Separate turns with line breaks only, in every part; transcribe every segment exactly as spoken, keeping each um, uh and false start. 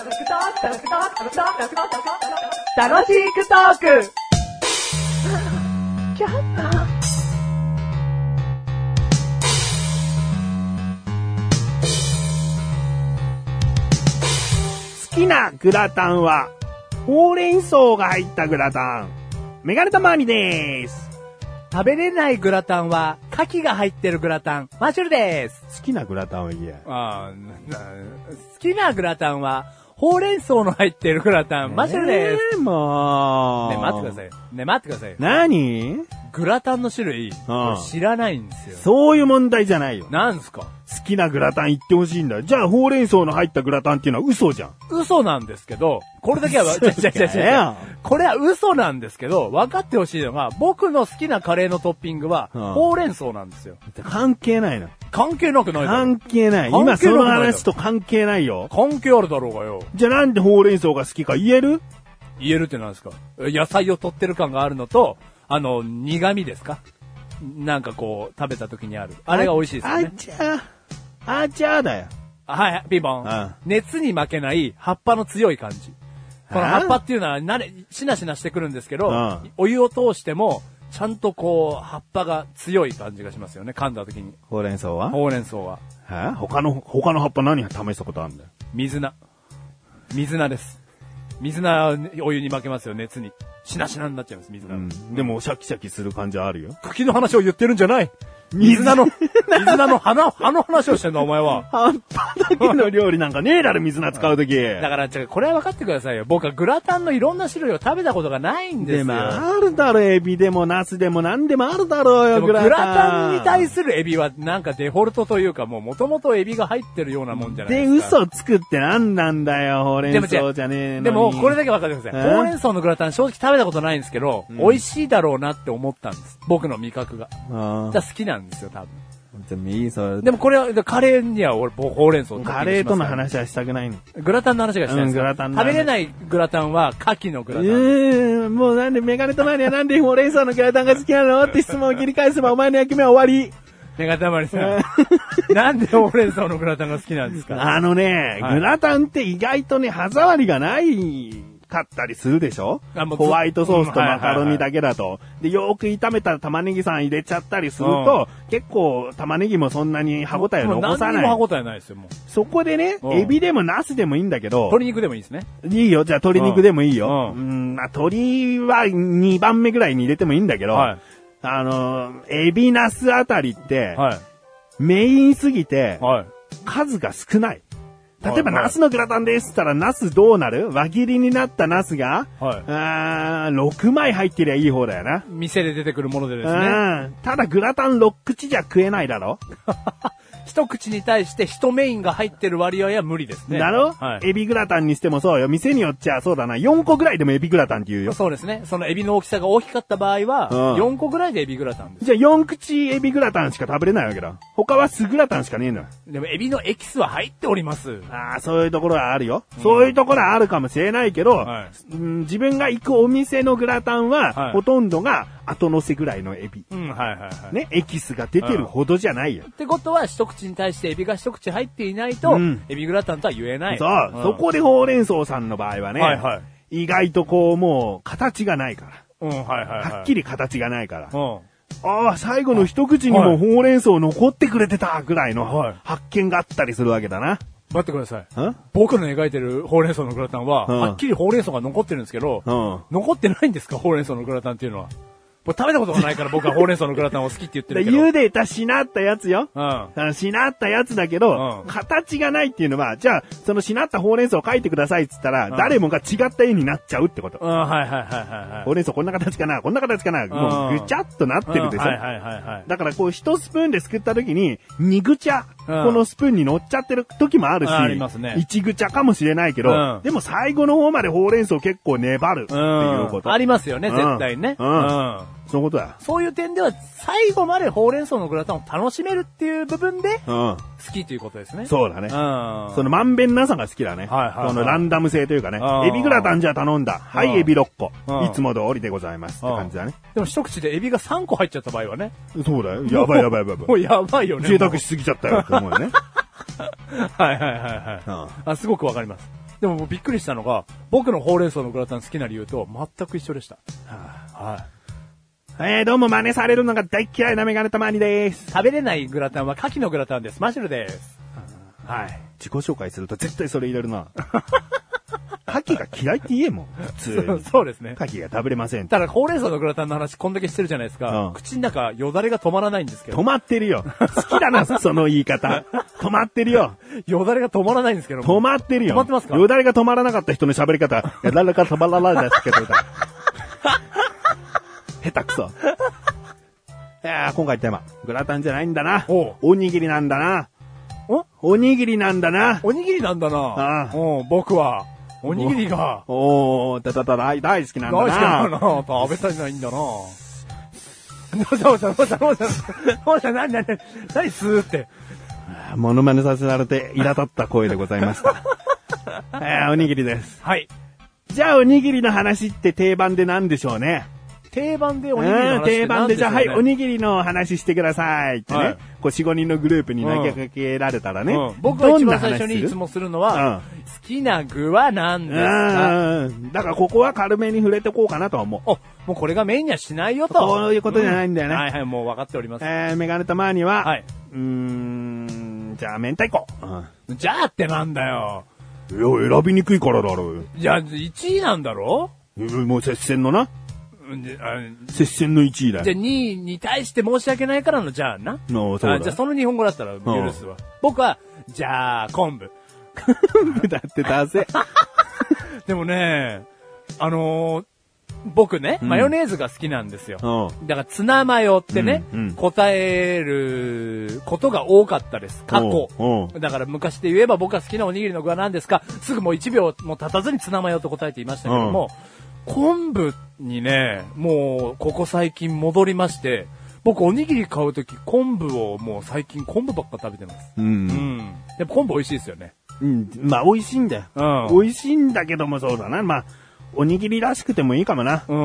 楽しくトーク
好きなグラタンはほうれん草が入ったグラタン。メガネたまわりでーす。
食べれないグラタンは牡蠣が入ってるグラタンマッシュルです。
好きなグラタンを言え。
あー好きなグラタンはほうれん草の入ってるグラタンマッシュルです。
えー、もう
ね待ってくださいよ。ね待ってくださいよ。
何？
グラタンの種類、知らないんですよ。
そういう問題じゃないよ。
なんすか？
好きなグラタン言ってほしいんだよ。じゃあほうれん草の入ったグラタンっていうのは嘘じゃん。
嘘なんですけど、これだけは、違う違う違う。これは嘘なんですけど、分かってほしいのが、僕の好きなカレーのトッピングは、ほうれん草なんですよ。
関係ないな。
関係なくないだろ。
関係ない。今その話と関係ないよ。
関係あるだろうがよ。
じゃあなんでほうれん草が好きか言える？
言えるってなんですか？野菜を取ってる感があるのと、あの、苦味ですか？なんかこう、食べた時にある。あれが美味しいですよね。
あちゃー。あちゃーだよ。
はい、ピンポン。熱に負けない葉っぱの強い感じ。この葉っぱっていうのは、なれ、しなしなしてくるんですけど、お湯を通しても、ちゃんとこう、葉っぱが強い感じがしますよね、噛んだ時に。
ほうれん草は？
ほうれん草は。
は他の、他の葉っぱ何試したことあるんだよ。
水菜。水菜です。水菜お湯に負けますよ、熱に。しなしなになっちゃいます、水菜。うん、
でも、シャキシャキする感じあるよ。
茎の話を言ってるんじゃない。水菜の、水菜の花、葉の話をしてんだ、お前は。
葉っぱだけの料理なんかねえだろ、水菜使うとき。
だから、ちょ、これは分かってくださいよ。僕はグラタンのいろんな種類を食べたことがないんですよ。
でも、あるだろ、エビでもナスでも何でもあるだろうよ、グラタン。
グラタンに対するエビは、なんかデフォルトというか、もう元々エビが入ってるようなもんじゃないですか。
で、嘘つくって何なんだよ、ほうれん草じゃねえのに。
でも、これだけ分かってください。ほうれん草のグラタン正直食べたことないんですけど、うん、美味しいだろうなって思ったんです。僕の味覚が。じゃ好きなんですよ、多分。
でもいいそれ。
でもこれは、カレーには俺、ほうれん草を
カレーとの話はしたくないの。
グラタンの話がしたいんです、うん、グラタンの話。食べれないグラタンは、牡蠣のグラタン。え
ー、もうなんでメガネとマニアなんでほうれん草のグラタンが好きなのって質問を切り返せばお前の役目は終わり。
メガネたまりさん。なんでほうれん草のグラタンが好きなんですか？
あのね、はい、グラタンって意外とね、歯触りがないかったりするでしょ？ホワイトソースとマカロニだけだと、うんはいはいはい。で、よーく炒めた玉ねぎさん入れちゃったりすると、うん、結構玉ねぎもそんなに歯応えを残さない。
何にも歯応えないですよ、もう。
そこでね、エビでもナスでもいいんだけど。
鶏肉でもいいですね。
いいよ、じゃあ鶏肉でもいいよ。うん、うんまあ、鶏はにばんめぐらいに入れてもいいんだけど、はい、あの、エビナスあたりって、はい、メインすぎて、はい、数が少ない。例えば、ナスのグラタンですって言ったら、ナスどうなる？輪切りになったナスが、はい、あろくまい入ってりゃいい方だよな。
店で出てくるものでですね。
ただ、グラタンろっくちじゃ食えないだろ？
一口に対して一メインが入ってる割合は無理ですね。
だろ、はい、エビグラタンにしてもそうよ。店によっちゃそうだな。よんこぐらいでもエビグラタンって言うよ。
そうですね。そのエビの大きさが大きかった場合は、うん、よんこぐらいでエビグラタンです。
じゃあよん口エビグラタンしか食べれないわけだ。他はスグラタンしかねえんだ。
でもエビのエキスは入っております。
ああ、そういうところはあるよ。うん、そういうところはあるかもしれないけど、はいうん、自分が行くお店のグラタンは、はい、ほとんどが後乗せぐらいのエビ。うん、はいはいはい。ね、エキスが出てるほどじゃないよ。
ってことは、一口に対してエビが一口入っていないと、うん、エビグラタンとは言えない。
そう、うん、そこでほうれん草さんの場合はね、はいはい、意外とこうもう形がないから。うん、はいはいはい。はっきり形がないから。うん、ああ、最後の一口にもほうれん草残ってくれてたぐらいの発見があったりするわけだな。
待ってください。僕の描いてるほうれん草のグラタンは、うん、はっきりほうれん草が残ってるんですけど、うん、残ってないんですかほうれん草のグラタンっていうのは。もう食べたことがないから僕はほうれん草のグラタンを好きって言ってるけど。
茹でたしなったやつよ。うん。しなったやつだけど、うん、形がないっていうのは、じゃあ、そのしなったほうれん草を描いてくださいって言ったら、うん、誰もが違った絵になっちゃうってこと。うん、はいはいはいはい。ほうれん草こんな形かな、こんな形かな、うん、もうぐちゃっとなってるでしょ。うん、はいはいはいはい。だからこう一スプーンですくった時に、にぐちゃ、うん、このスプーンに乗っちゃってる時もあるし、ありますね。いちぐちゃかもしれないけど、うん、でも最後の方までほうれん草結構粘るっていうこと。
うん、ありますよね、絶対ね。うん。うん
うんそういうことだ。
そういう点では、最後までほうれん草のグラタンを楽しめるっていう部分で、うん、好きということですね。
そうだね。うん、そのまんべんなさが好きだね。はいはいはい、そのランダム性というかね。エビグラタンじゃ頼んだ。はい、エビろっこ。いつも通りでございます。って感じだね。
でも一口でエビがさんこ入っちゃった場合はね。
そうだよ。やばいやばいやばい。
もうやばいよね。
贅沢しすぎちゃったよって思うよね。
はいはいはいはい。うん、あ、すごくわかります。 でももうびっくりしたのが、僕のほうれん草のグラタン好きな理由と全く一緒でした。
はい。えー、どうも真似されるのが大嫌いなメガネたまにです。
食べれないグラタンは牡蠣のグラタンです。マシュルです。
はい。自己紹介すると絶対それ入れるな。牡蠣が嫌いって言えもん。普通に。
そうですね。
牡蠣が食べれません。
ただ、ほうれん草のグラタンの話こんだけしてるじゃないですか。うん、口の中、よだれが止まらないんですけど。
止まってるよ。好きだな、その言い方。止まってるよ。
よだれが止まらないんですけど。
止まってるよ。
止まってますか？
よだれが止まらなかった人の喋り方。よだれが止まらないですけど。下手くそ。いや今回テーマ、グラタンじゃないんだな。お, おにぎりなんだな。おおにぎりなんだな。
おにぎりなんだな。ああお僕は、おにぎりが。
おー、たたた大大好きなんだな。
大好きなんだな。食べたいないんだな。どうしたどうしたどうしたどうしたどうした何何何スーって。
モノマネさせられて苛立った声でございました。えー、おにぎりです。
はい。
じゃあおにぎりの話って定番で何でしょうね。
定番でおにぎりの話って何でしょうね。
定番でじゃあはいおにぎりの話してくださいってね。はい、こうよん、ごにんのグループに投げかけられたらね。うんうん、
僕が一番最初にいつもするのは、うん、好きな具は何ですか？
だからここは軽めに触れてこうかなとは思う。
お、もうこれがメインにはしないよと。
そういうことじゃないんだよね。
うん、はいはい、もう分かっております。
えー、メガネたまには、はい、うーん、じゃあ明太子。
うん、じゃあってなんだよ。
いや、選びにくいからだろうよ。
いや、いちいなんだろ？
もう接戦のな。接戦のいちいだよ。
じゃあにいに対して申し訳ないからのじゃあな。
のそうだ。
じゃあその日本語だったら許すわ。僕は、じゃあ昆布。
昆布だって出せ。
でもね、あのー、僕ね、マヨネーズが好きなんですよ。うん、だからツナマヨってね、うんうん、答えることが多かったです。過去。だから昔で言えば僕が好きなおにぎりの具は何ですか？すぐもういちびょうも経たずにツナマヨと答えていましたけども、うん、昆布にね、もうここ最近戻りまして、僕おにぎり買うとき昆布をもう最近昆布ばっか食べてます。うん。うん。やっぱ昆布美味しいですよね。
うん。まあ美味しいんだよ。うん。美味しいんだけどもそうだな。まあ、おにぎりらしくてもいいかもな。うん。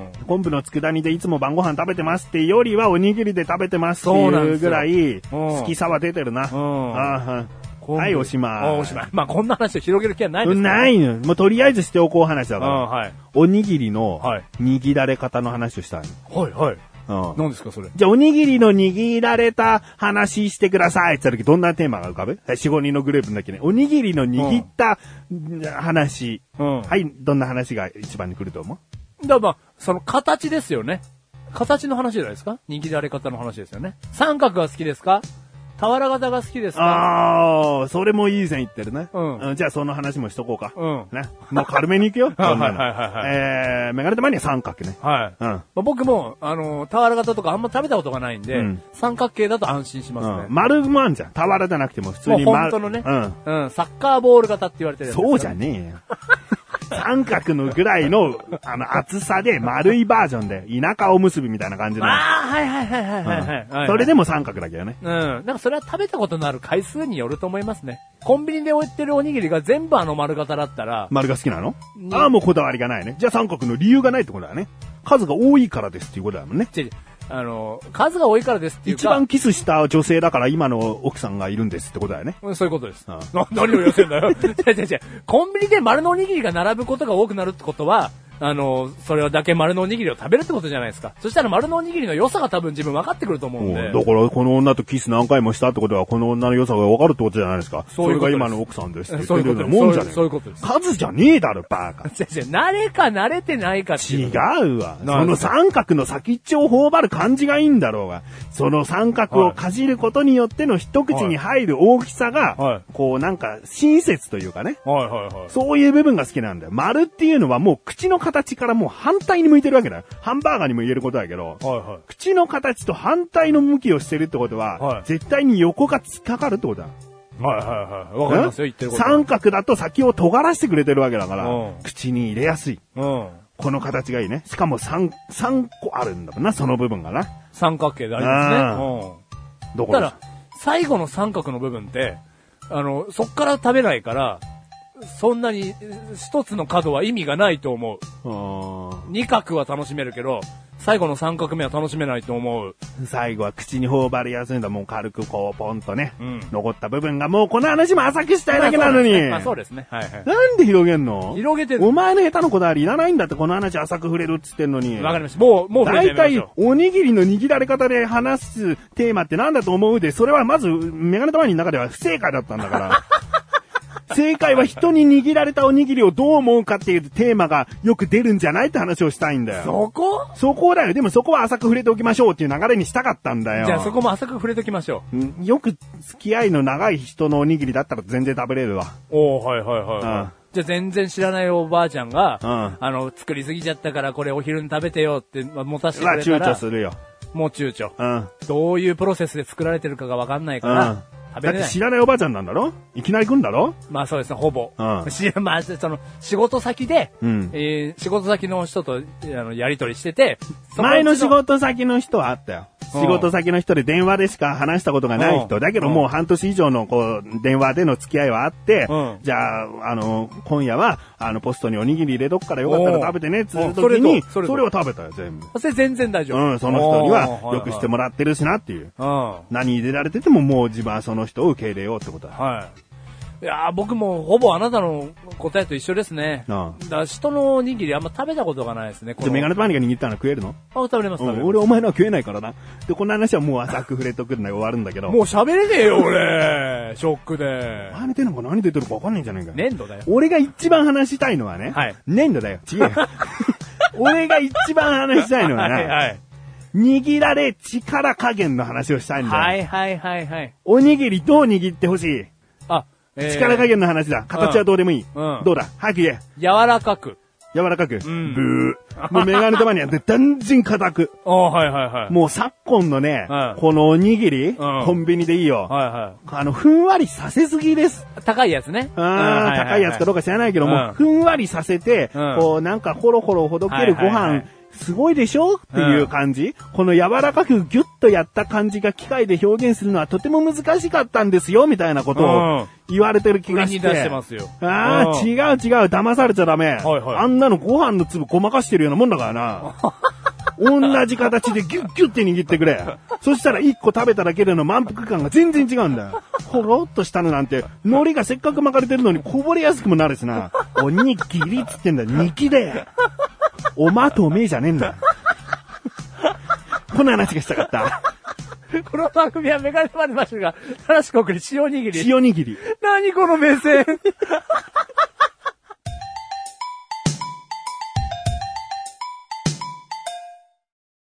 昆布の佃煮でいつも晩ご飯食べてますってよりはおにぎりで食べてますっていうぐらい好きさは出てるな。うん。ああはい、おしまい。
おしまい。まあ、こんな話を広げる気はないですから、
ね。ないの。もうとりあえずしておこう話だから。うん、はい。おにぎりの握られ方の話をしたい
の。はい、はい。うん。何ですか、それ。
じゃあ、おにぎりの握られた話してくださいって言った時、どんなテーマが浮かぶ？よん、ごにんのグループの時ね。おにぎりの握った話。うん。はい、どんな話が一番に来ると思
う？だからまあ、その形ですよね。形の話じゃないですか？握られ方の話ですよね。三角が好きですか？俵型が好きですか？
ああ、それもいい線言ってるね。うん。じゃあその話もしとこうか。うん。ね。もう軽めに行くよ。はいはいはいはい。えー、メガネたまには三角ね。
はい。うん。まあ、僕も、あの、俵型とかあんま食べたことがないんで、うん、三角形だと安心しますね。
うん、丸もあんじゃん。俵じゃなくても普通に丸。
もう本当のね。うん。うん。サッカーボール型って言われてるやつ、ね。
そうじゃねえよ。三角のぐらいの、あの、厚さで丸いバージョンで、田舎おむすびみたいな感じの。
ああ、はいはいはいはいはい、はい。
それでも三角だけどね。
うん。なんかそれは食べたことのある回数によると思いますね。コンビニで置いてるおにぎりが全部あの丸型だったら。
丸が好きなの？ああ、もうこだわりがないね。じゃあ三角の理由がないってことだね。数が多いからですっていうことだもんね。
あの、数が多いからですっていうか。
一番キスした女性だから今の奥さんがいるんですってことだよね。
そういうことです。ああ何を言わせんだよ。違う違う違う。コンビニで丸のおにぎりが並ぶことが多くなるってことは、あの、それだけ丸のおにぎりを食べるってことじゃないですか。そしたら丸のおにぎりの良さが多分自分分かってくると思うんで。
だからこの女とキス何回もしたってことはこの女の良さが分かるってことじゃないですか。そういうことです。それが今の奥さんですって言ってるようなもんじゃねえ。
そういうことです。
数じゃねえだろ、バーカ。
違う違う。慣れか慣れてないかっていう。
違うわ。その三角の先っちょを頬張る感じがいいんだろうが。その三角をかじることによっての一口に入る大きさが、はい、こうなんか親切というかね。はいはいはい。そういう部分が好きなんだよ。丸っていうのはもう口の形からもう反対に向いてるわけだよ。ハンバーガーにも言えることだけど、はいはい、口の形と反対の向きをしてるってことは、はい、絶対に横が突っかかるってことだ。
はいはいはい。わかりますよ、言ってること。
三角だと先を尖らせてくれてるわけだから、うん、口に入れやすい。うん、この形がいいね。しかも三、三個あるんだもんな、その部分がな。
三角形でありますね。うん。どこだから、最後の三角の部分って、あの、そっから食べないから、そんなに一つの角は意味がないと思う。二角は楽しめるけど、 最後のさんかくめは楽しめないと思う。
最後は口に頬張りやすいんだ。もう軽くこう、ポンとね、うん、残った部分がもうこの話も浅くしたいだけなのに。
まあそうですね。まあ、そうですね。はいはい。
なんで広げんの？
広げてる。
お前の下手のこだわりいらないんだって、この話浅く触れるっつってんのに。
わかりました。もう、もう触れてみましょう。
大体、おにぎりの握られ方で話すテーマってなんだと思うで、それはまず、メガネたまにの中では不正解だったんだから。正解は人に握られたおにぎりをどう思うかっていうテーマがよく出るんじゃないって話をしたいんだよ。
そこ？
そこだよ。でもそこは浅く触れておきましょうっていう流れにしたかったんだよ。
じゃあそこも浅く触れておきましょ
う。よく付き合いの長い人のおにぎりだったら全然食べれるわ。
おー、はいはいはい、はい。うん、じゃあ全然知らないおばあちゃんが、うん、あの、作りすぎちゃったからこれお昼に食べてよって持たせてくれたら。
躊躇するよ。
もう躊躇。
うん。
どういうプロセスで作られてるかがわかんないから、うん
だって知らないおばあちゃんなんだろ？いきなり来んだろ？
まあそうですね、ほぼ。
うん。
し、まあ、その、仕事先で、うん、えー、仕事先の人と、あの、やりとりしてて、
前の仕事先の人はあったよ。仕事先の人で電話でしか話したことがない人。だけどもう半年以上のこう、電話での付き合いはあって、うん、じゃあ、あの、今夜は、あの、ポストにおにぎり入れとくからよかったら食べてね、つう時に、それを食べたよ、全部。
それ全然大丈夫。
うん、その人にはよくしてもらってるしなっていう。何入れられててももう自分はその人を受け入れようってことだ。
はい。いやー僕もほぼあなたの答えと一緒ですね。ああだから人のおにぎりあんま食べたことがないですね。
じゃメガネパンが握ったの食えるの？
あ、食べれます、食べれます。
俺お前のは食えないからな。で、この話はもう浅く触れとくんで終わるんだけど。
もう喋れねえよ、俺。ショックで。
何てんのか何出てるか分かんないんじゃないか。
粘土だよ。
俺が一番話したいのはね。はい。粘土だよ。違うよ。俺が一番話したいのはね。はいはい。握られ力加減の話をしたいんだよ。
はいはいはいはい。
おにぎりどう握ってほしい？
あ、えー、
力加減の話だ。形はどうでもいい。うん、どうだ早く言え。
柔らかく。
柔らかく。うん、ブー。もうメガネ玉にあって断然硬く。
あはいはいはい。
もう昨今のね、うん、このおにぎり、うん、コンビニでいいよ。はいはい。あの、ふんわりさせすぎです。
高いやつね。
ああ、はいはいはい、高いやつかどうか知らないけども、うん、ふんわりさせて、うん、こうなんかホロホロほどけるご飯、はいはいはいすごいでしょっていう感じ、うん、この柔らかくギュッとやった感じが機械で表現するのはとても難しかったんですよみたいなことを言われてる気がして。
うん、出してますよ。
ああ、違う違う、騙されちゃダメ。はいはい、あんなのご飯の粒ごまかしてるようなもんだからな。同じ形でギュッギュッて握ってくれ。そしたら一個食べただけでの満腹感が全然違うんだよ。ほろっとしたのなんて、海苔がせっかく巻かれてるのにこぼれやすくもなるしな。おにぎりっつってんだよ、にきで。おまとめじゃねえんだ。こんな話がしたかった。
この番組はメガネマネマシュが、正しく送り塩にぎり。
塩にぎり。
何この目線。